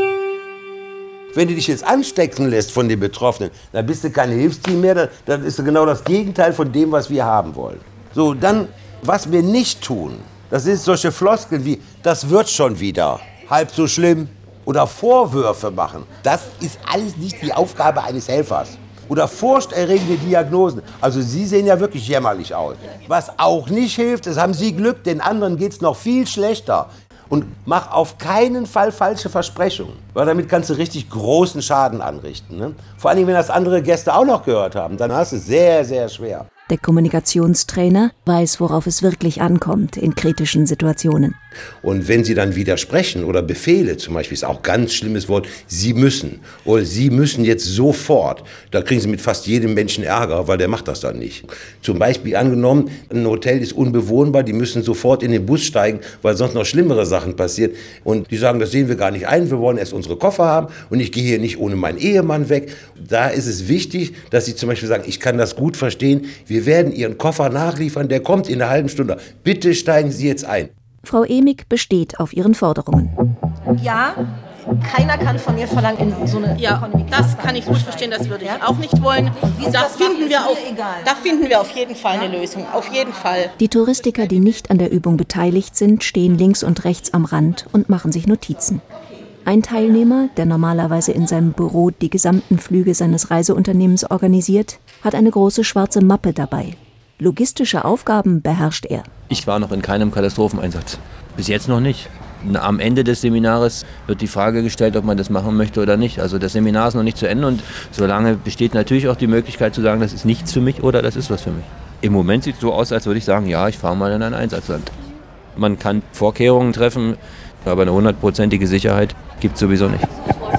Wenn du dich jetzt anstecken lässt von den Betroffenen, dann bist du kein Hilfsteam mehr, dann, dann ist du genau das Gegenteil von dem, was wir haben wollen. So, dann, was wir nicht tun, das sind solche Floskeln wie, das wird schon wieder, halb so schlimm, oder Vorwürfe machen. Das ist alles nicht die Aufgabe eines Helfers. Oder furchterregende Diagnosen. Also Sie sehen ja wirklich jämmerlich aus. Was auch nicht hilft, das haben Sie Glück, den anderen geht's noch viel schlechter. Und mach auf keinen Fall falsche Versprechungen, weil damit kannst du richtig großen Schaden anrichten. Ne? Vor allem, wenn das andere Gäste auch noch gehört haben, dann hast du es sehr, sehr schwer. Der Kommunikationstrainer weiß, worauf es wirklich ankommt in kritischen Situationen. Und wenn Sie dann widersprechen oder Befehle, zum Beispiel ist auch ein ganz schlimmes Wort, Sie müssen oder Sie müssen jetzt sofort, da kriegen Sie mit fast jedem Menschen Ärger, weil der macht das dann nicht. Zum Beispiel angenommen, ein Hotel ist unbewohnbar, die müssen sofort in den Bus steigen, weil sonst noch schlimmere Sachen passieren. Und die sagen, das sehen wir gar nicht ein, wir wollen erst unsere Koffer haben und ich gehe hier nicht ohne meinen Ehemann weg. Da ist es wichtig, dass Sie zum Beispiel sagen, ich kann das gut verstehen, wir werden Ihren Koffer nachliefern, der kommt in einer halben Stunde. Bitte steigen Sie jetzt ein. Frau Emig besteht auf ihren Forderungen. Ja, keiner kann von mir verlangen, in so eine Ja, Economy das kann ich gut verstehen, das würde ich auch nicht wollen. Da finden, wir auf, da finden wir auf jeden Fall eine Lösung, auf jeden Fall. Die Touristiker, die nicht an der Übung beteiligt sind, stehen links und rechts am Rand und machen sich Notizen. Ein Teilnehmer, der normalerweise in seinem Büro die gesamten Flüge seines Reiseunternehmens organisiert, hat eine große schwarze Mappe dabei. Logistische Aufgaben beherrscht er. Ich war noch in keinem Katastropheneinsatz. Bis jetzt noch nicht. Am Ende des Seminars wird die Frage gestellt, ob man das machen möchte oder nicht. Also das Seminar ist noch nicht zu Ende und solange besteht natürlich auch die Möglichkeit zu sagen, das ist nichts für mich oder das ist was für mich. Im Moment sieht es so aus, als würde ich sagen, ja, ich fahre mal in ein Einsatzland. Man kann Vorkehrungen treffen, aber eine hundertprozentige Sicherheit gibt es sowieso nicht.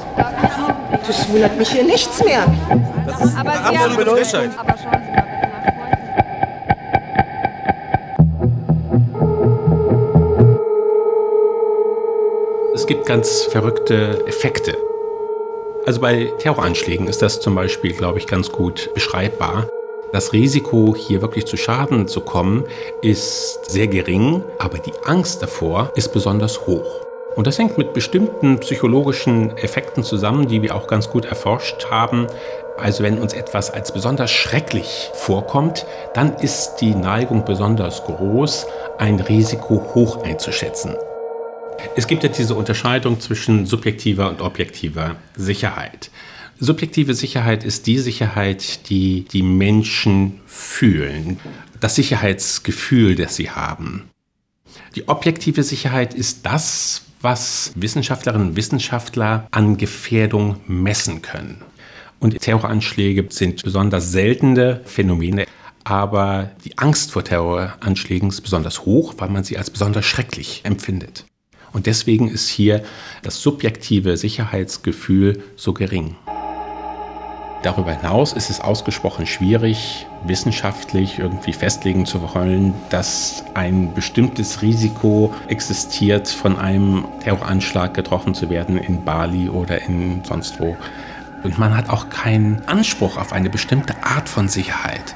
Das wundert mich hier nichts mehr. Das ist eine absolute Frechheit. Es gibt ganz verrückte Effekte. Also bei Terroranschlägen ist das zum Beispiel, glaube ich, ganz gut beschreibbar. Das Risiko, hier wirklich zu Schaden zu kommen, ist sehr gering, aber die Angst davor ist besonders hoch. Und das hängt mit bestimmten psychologischen Effekten zusammen, die wir auch ganz gut erforscht haben. Also wenn uns etwas als besonders schrecklich vorkommt, dann ist die Neigung besonders groß, ein Risiko hoch einzuschätzen. Es gibt ja diese Unterscheidung zwischen subjektiver und objektiver Sicherheit. Subjektive Sicherheit ist die Sicherheit, die die Menschen fühlen, das Sicherheitsgefühl, das sie haben. Die objektive Sicherheit ist das, was Wissenschaftlerinnen und Wissenschaftler an Gefährdung messen können. Und Terroranschläge sind besonders seltene Phänomene, aber die Angst vor Terroranschlägen ist besonders hoch, weil man sie als besonders schrecklich empfindet. Und deswegen ist hier das subjektive Sicherheitsgefühl so gering. Darüber hinaus ist es ausgesprochen schwierig, wissenschaftlich irgendwie festlegen zu wollen, dass ein bestimmtes Risiko existiert, von einem Terroranschlag getroffen zu werden in Bali oder in sonst wo. Und man hat auch keinen Anspruch auf eine bestimmte Art von Sicherheit.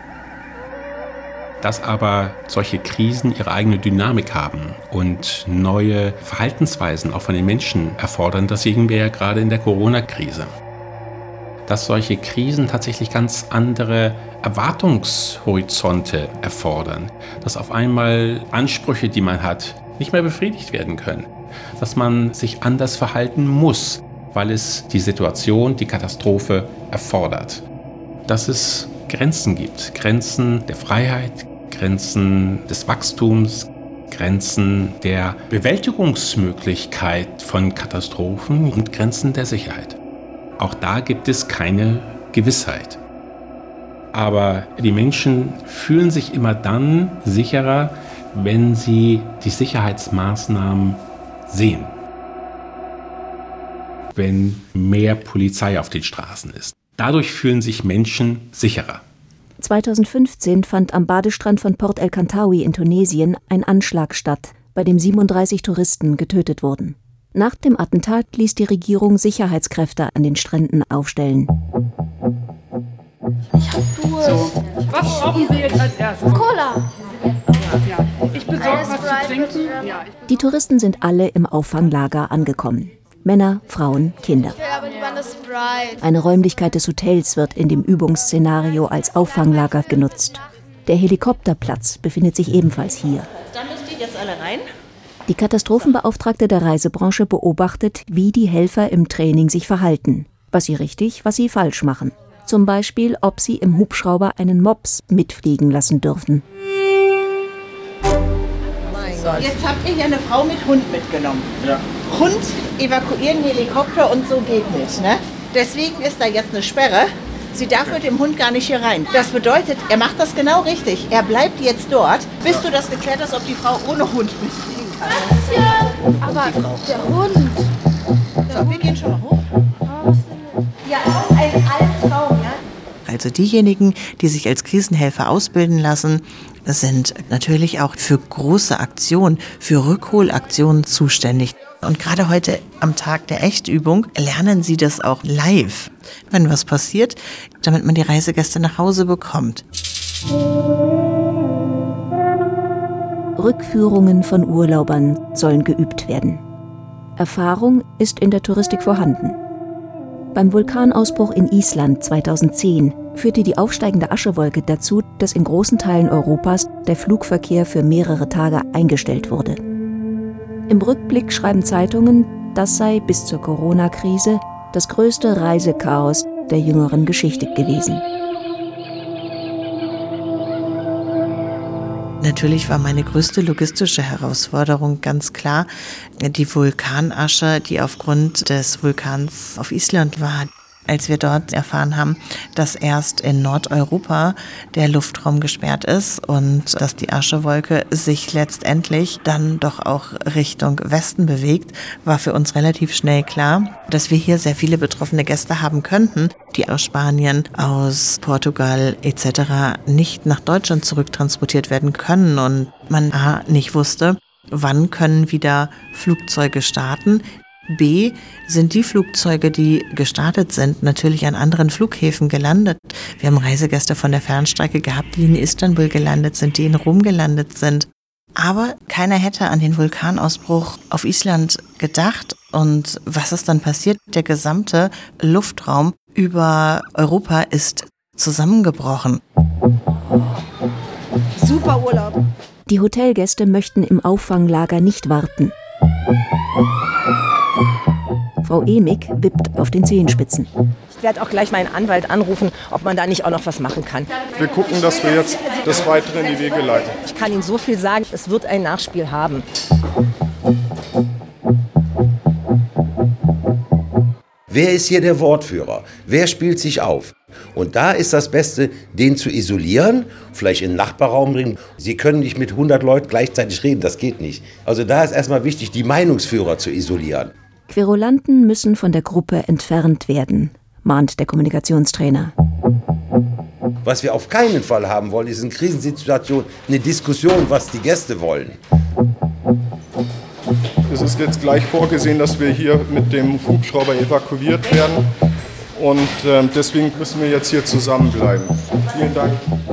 Dass aber solche Krisen ihre eigene Dynamik haben und neue Verhaltensweisen auch von den Menschen erfordern, das sehen wir ja gerade in der Corona-Krise. Dass solche Krisen tatsächlich ganz andere Erwartungshorizonte erfordern, dass auf einmal Ansprüche, die man hat, nicht mehr befriedigt werden können, dass man sich anders verhalten muss, weil es die Situation, die Katastrophe erfordert. Dass es Grenzen gibt, Grenzen der Freiheit, Grenzen des Wachstums, Grenzen der Bewältigungsmöglichkeit von Katastrophen und Grenzen der Sicherheit. Auch da gibt es keine Gewissheit. Aber die Menschen fühlen sich immer dann sicherer, wenn sie die Sicherheitsmaßnahmen sehen. Wenn mehr Polizei auf den Straßen ist. Dadurch fühlen sich Menschen sicherer. zweitausendfünfzehn fand am Badestrand von Port El Kantaoui in Tunesien ein Anschlag statt, bei dem siebenunddreißig Touristen getötet wurden. Nach dem Attentat ließ die Regierung Sicherheitskräfte an den Stränden aufstellen. Ich hab Durst. So, was brauchen Sie jetzt als erstes? Cola. Ja. Ich besorge was zu trinken. Ja. Die Touristen sind alle im Auffanglager angekommen. Männer, Frauen, Kinder. Ich will aber lieber eine Sprite. Eine Räumlichkeit des Hotels wird in dem Übungsszenario als Auffanglager genutzt. Der Helikopterplatz befindet sich ebenfalls hier. Da müsst ihr jetzt alle rein. Die Katastrophenbeauftragte der Reisebranche beobachtet, wie die Helfer im Training sich verhalten. Was sie richtig, was sie falsch machen. Zum Beispiel, ob sie im Hubschrauber einen Mops mitfliegen lassen dürfen. So, jetzt habt ihr hier eine Frau mit Hund mitgenommen. Ja. Hund evakuieren, Helikopter und so geht nicht, ne? Deswegen ist da jetzt eine Sperre. Sie darf mit dem Hund gar nicht hier rein. Das bedeutet, er macht das genau richtig. Er bleibt jetzt dort, bis du das geklärt hast, ob die Frau ohne Hund mitfliegen kann. Ja, aber der Hund. So, wir gehen schon mal hoch. Ja, es ist ein Albtraum, ja? Also diejenigen, die sich als Krisenhelfer ausbilden lassen, sind natürlich auch für große Aktionen, für Rückholaktionen zuständig. Und gerade heute am Tag der Echtübung lernen sie das auch live, wenn was passiert, damit man die Reisegäste nach Hause bekommt. Rückführungen von Urlaubern sollen geübt werden. Erfahrung ist in der Touristik vorhanden. Beim Vulkanausbruch in Island zweitausendzehn führte die aufsteigende Aschewolke dazu, dass in großen Teilen Europas der Flugverkehr für mehrere Tage eingestellt wurde. Im Rückblick schreiben Zeitungen, das sei bis zur Corona-Krise das größte Reisechaos der jüngeren Geschichte gewesen. Natürlich war meine größte logistische Herausforderung ganz klar die Vulkanasche, die aufgrund des Vulkans auf Island war. Als wir dort erfahren haben, dass erst in Nordeuropa der Luftraum gesperrt ist und dass die Aschewolke sich letztendlich dann doch auch Richtung Westen bewegt, war für uns relativ schnell klar, dass wir hier sehr viele betroffene Gäste haben könnten, die aus Spanien, aus Portugal et cetera nicht nach Deutschland zurücktransportiert werden können und man A, nicht wusste, wann können wieder Flugzeuge starten. B, sind die Flugzeuge, die gestartet sind, natürlich an anderen Flughäfen gelandet. Wir haben Reisegäste von der Fernstrecke gehabt, die in Istanbul gelandet sind, die in Rom gelandet sind. Aber keiner hätte an den Vulkanausbruch auf Island gedacht. Und was ist dann passiert? Der gesamte Luftraum über Europa ist zusammengebrochen. Super Urlaub. Die Hotelgäste möchten im Auffanglager nicht warten. Frau Emig wippt auf den Zehenspitzen. Ich werde auch gleich meinen Anwalt anrufen, ob man da nicht auch noch was machen kann. Wir gucken, dass wir jetzt das Weitere in die Wege leiten. Ich kann Ihnen so viel sagen, es wird ein Nachspiel haben. Wer ist hier der Wortführer? Wer spielt sich auf? Und da ist das Beste, den zu isolieren, vielleicht in den Nachbarraum bringen. Sie können nicht mit hundert Leuten gleichzeitig reden, das geht nicht. Also da ist erstmal wichtig, die Meinungsführer zu isolieren. Querulanten müssen von der Gruppe entfernt werden, mahnt der Kommunikationstrainer. Was wir auf keinen Fall haben wollen, ist in Krisensituationen eine Diskussion, was die Gäste wollen. Es ist jetzt gleich vorgesehen, dass wir hier mit dem Hubschrauber evakuiert werden. Und äh, deswegen müssen wir jetzt hier zusammenbleiben. Vielen Dank.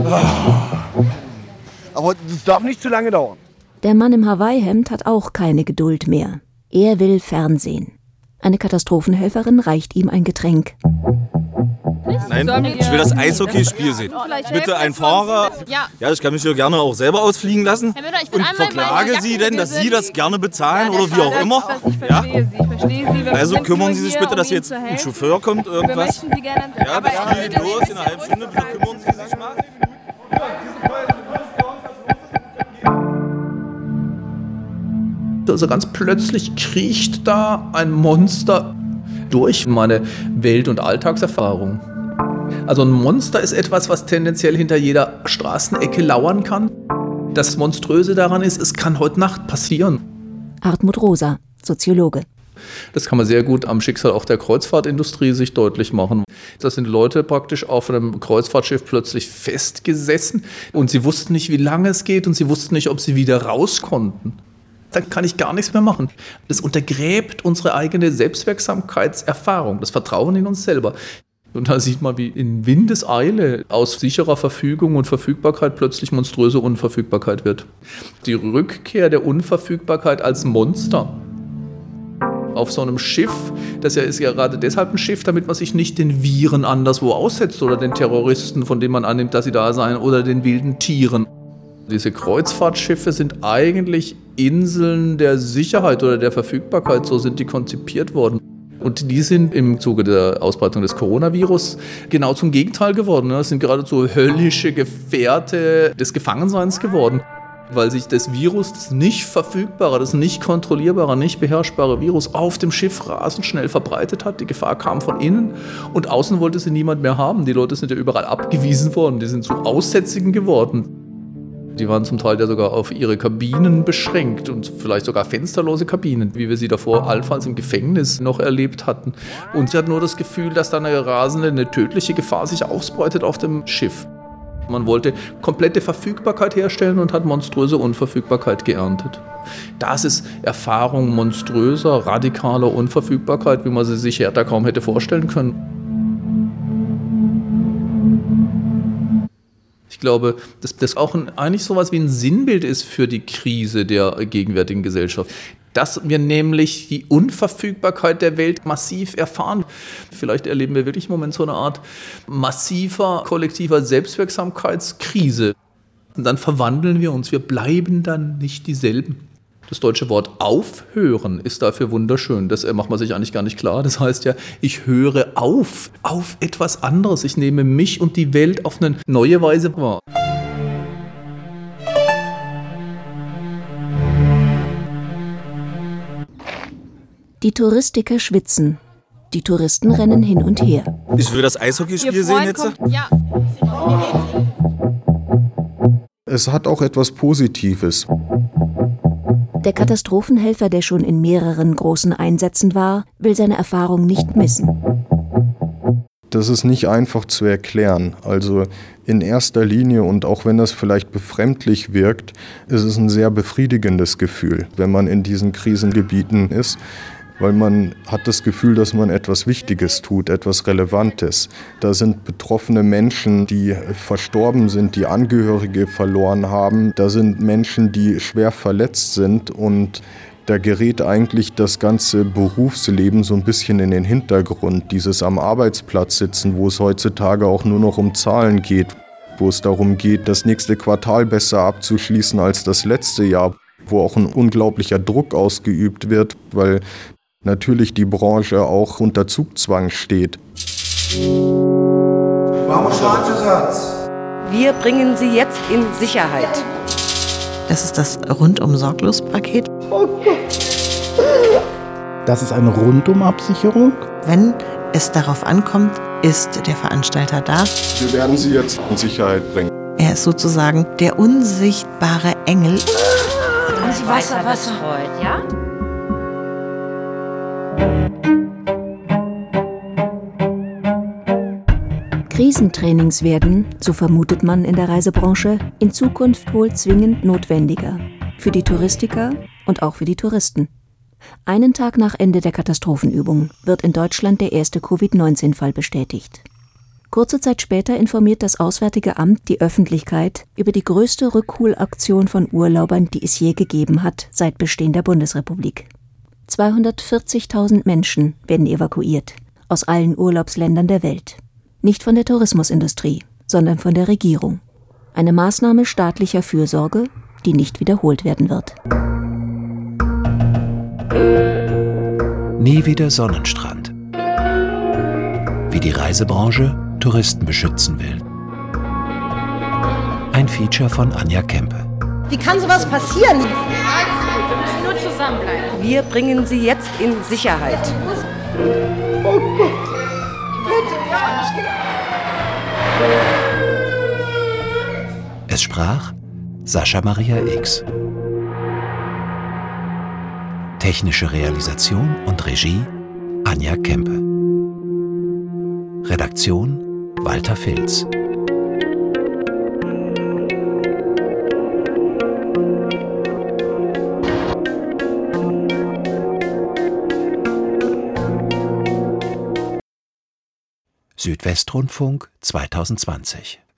Aber das darf nicht zu lange dauern. Der Mann im Hawaii-Hemd hat auch keine Geduld mehr. Er will Fernsehen. Eine Katastrophenhelferin reicht ihm ein Getränk. Nein, ich will das Eishockeyspiel sehen. Bitte ein Fahrer. Ja, ich kann mich hier gerne auch selber ausfliegen lassen. Und verklage Sie denn, dass Sie das gerne bezahlen oder wie auch immer? Ja? Also kümmern Sie sich bitte, dass jetzt ein Chauffeur kommt, irgendwas. Ja, das Spiel geht los in einer halben Stunde. Bitte kümmern Sie sich mal. Also ganz plötzlich kriecht da ein Monster durch meine Welt- und Alltagserfahrung. Also ein Monster ist etwas, was tendenziell hinter jeder Straßenecke lauern kann. Das Monströse daran ist, es kann heute Nacht passieren. Hartmut Rosa, Soziologe. Das kann man sehr gut am Schicksal auch der Kreuzfahrtindustrie sich deutlich machen. Da sind Leute praktisch auf einem Kreuzfahrtschiff plötzlich festgesessen und sie wussten nicht, wie lange es geht und sie wussten nicht, ob sie wieder raus konnten. Dann kann ich gar nichts mehr machen. Das untergräbt unsere eigene Selbstwirksamkeitserfahrung, das Vertrauen in uns selber. Und da sieht man, wie in Windeseile aus sicherer Verfügung und Verfügbarkeit plötzlich monströse Unverfügbarkeit wird. Die Rückkehr der Unverfügbarkeit als Monster. Auf so einem Schiff, das ja ist ja gerade deshalb ein Schiff, damit man sich nicht den Viren anderswo aussetzt oder den Terroristen, von denen man annimmt, dass sie da seien, oder den wilden Tieren. Diese Kreuzfahrtschiffe sind eigentlich Inseln der Sicherheit oder der Verfügbarkeit, so sind die konzipiert worden. Und die sind im Zuge der Ausbreitung des Coronavirus genau zum Gegenteil geworden. Das sind geradezu höllische Gefährte des Gefangenseins geworden, weil sich das Virus, das nicht verfügbare, das nicht kontrollierbare, nicht beherrschbare Virus auf dem Schiff rasend schnell verbreitet hat. Die Gefahr kam von innen und außen wollte sie niemand mehr haben. Die Leute sind ja überall abgewiesen worden, die sind zu Aussätzigen geworden. Die waren zum Teil ja sogar auf ihre Kabinen beschränkt und vielleicht sogar fensterlose Kabinen, wie wir sie davor allenfalls im Gefängnis noch erlebt hatten. Und sie hatten nur das Gefühl, dass da eine rasende, eine tödliche Gefahr sich ausbreitet auf dem Schiff. Man wollte komplette Verfügbarkeit herstellen und hat monströse Unverfügbarkeit geerntet. Das ist Erfahrung monströser, radikaler Unverfügbarkeit, wie man sie sich härter kaum hätte vorstellen können. Ich glaube, dass das auch ein, eigentlich so etwas wie ein Sinnbild ist für die Krise der gegenwärtigen Gesellschaft. Dass wir nämlich die Unverfügbarkeit der Welt massiv erfahren. Vielleicht erleben wir wirklich im Moment so eine Art massiver kollektiver Selbstwirksamkeitskrise. Und dann verwandeln wir uns, wir bleiben dann nicht dieselben. Das deutsche Wort aufhören ist dafür wunderschön. Das macht man sich eigentlich gar nicht klar. Das heißt ja, ich höre auf, auf etwas anderes. Ich nehme mich und die Welt auf eine neue Weise wahr. Die Touristiker schwitzen. Die Touristen rennen hin und her. Ich will das Eishockeyspiel sehen jetzt. Ja. Es hat auch etwas Positives. Der Katastrophenhelfer, der schon in mehreren großen Einsätzen war, will seine Erfahrung nicht missen. Das ist nicht einfach zu erklären. Also in erster Linie, und auch wenn das vielleicht befremdlich wirkt, ist es ein sehr befriedigendes Gefühl, wenn man in diesen Krisengebieten ist. Weil man hat das Gefühl, dass man etwas Wichtiges tut, etwas Relevantes. Da sind betroffene Menschen, die verstorben sind, die Angehörige verloren haben. Da sind Menschen, die schwer verletzt sind, und da gerät eigentlich das ganze Berufsleben so ein bisschen in den Hintergrund. Dieses am Arbeitsplatz sitzen, wo es heutzutage auch nur noch um Zahlen geht, wo es darum geht, das nächste Quartal besser abzuschließen als das letzte Jahr, wo auch ein unglaublicher Druck ausgeübt wird, weil natürlich die Branche auch unter Zugzwang steht. Machen wir schwarzer Satz. Wir bringen Sie jetzt in Sicherheit. Das ist das Rundum-Sorglos-Paket. Oh Gott. Das ist eine Rundum-Absicherung. Wenn es darauf ankommt, ist der Veranstalter da. Wir werden Sie jetzt in Sicherheit bringen. Er ist sozusagen der unsichtbare Engel. Haben Sie Wasser, Wasser? Ja? Krisentrainings werden, so vermutet man in der Reisebranche, in Zukunft wohl zwingend notwendiger. Für die Touristiker und auch für die Touristen. Einen Tag nach Ende der Katastrophenübung wird in Deutschland der erste Covid neunzehn Fall bestätigt. Kurze Zeit später informiert das Auswärtige Amt die Öffentlichkeit über die größte Rückholaktion von Urlaubern, die es je gegeben hat seit Bestehen der Bundesrepublik. zweihundertvierzigtausend Menschen werden evakuiert aus allen Urlaubsländern der Welt. Nicht von der Tourismusindustrie, sondern von der Regierung. Eine Maßnahme staatlicher Fürsorge, die nicht wiederholt werden wird. Nie wieder Sonnenstrand. Wie die Reisebranche Touristen beschützen will. Ein Feature von Anja Kempe. Wie kann sowas passieren? Alles gut, wir müssen nur zusammenbleiben. Wir bringen Sie jetzt in Sicherheit. Oh Gott. Es sprach Sascha Maria X. Technische Realisation und Regie Anja Kempe. Redaktion Walter Filz. Südwestrundfunk zweitausendzwanzig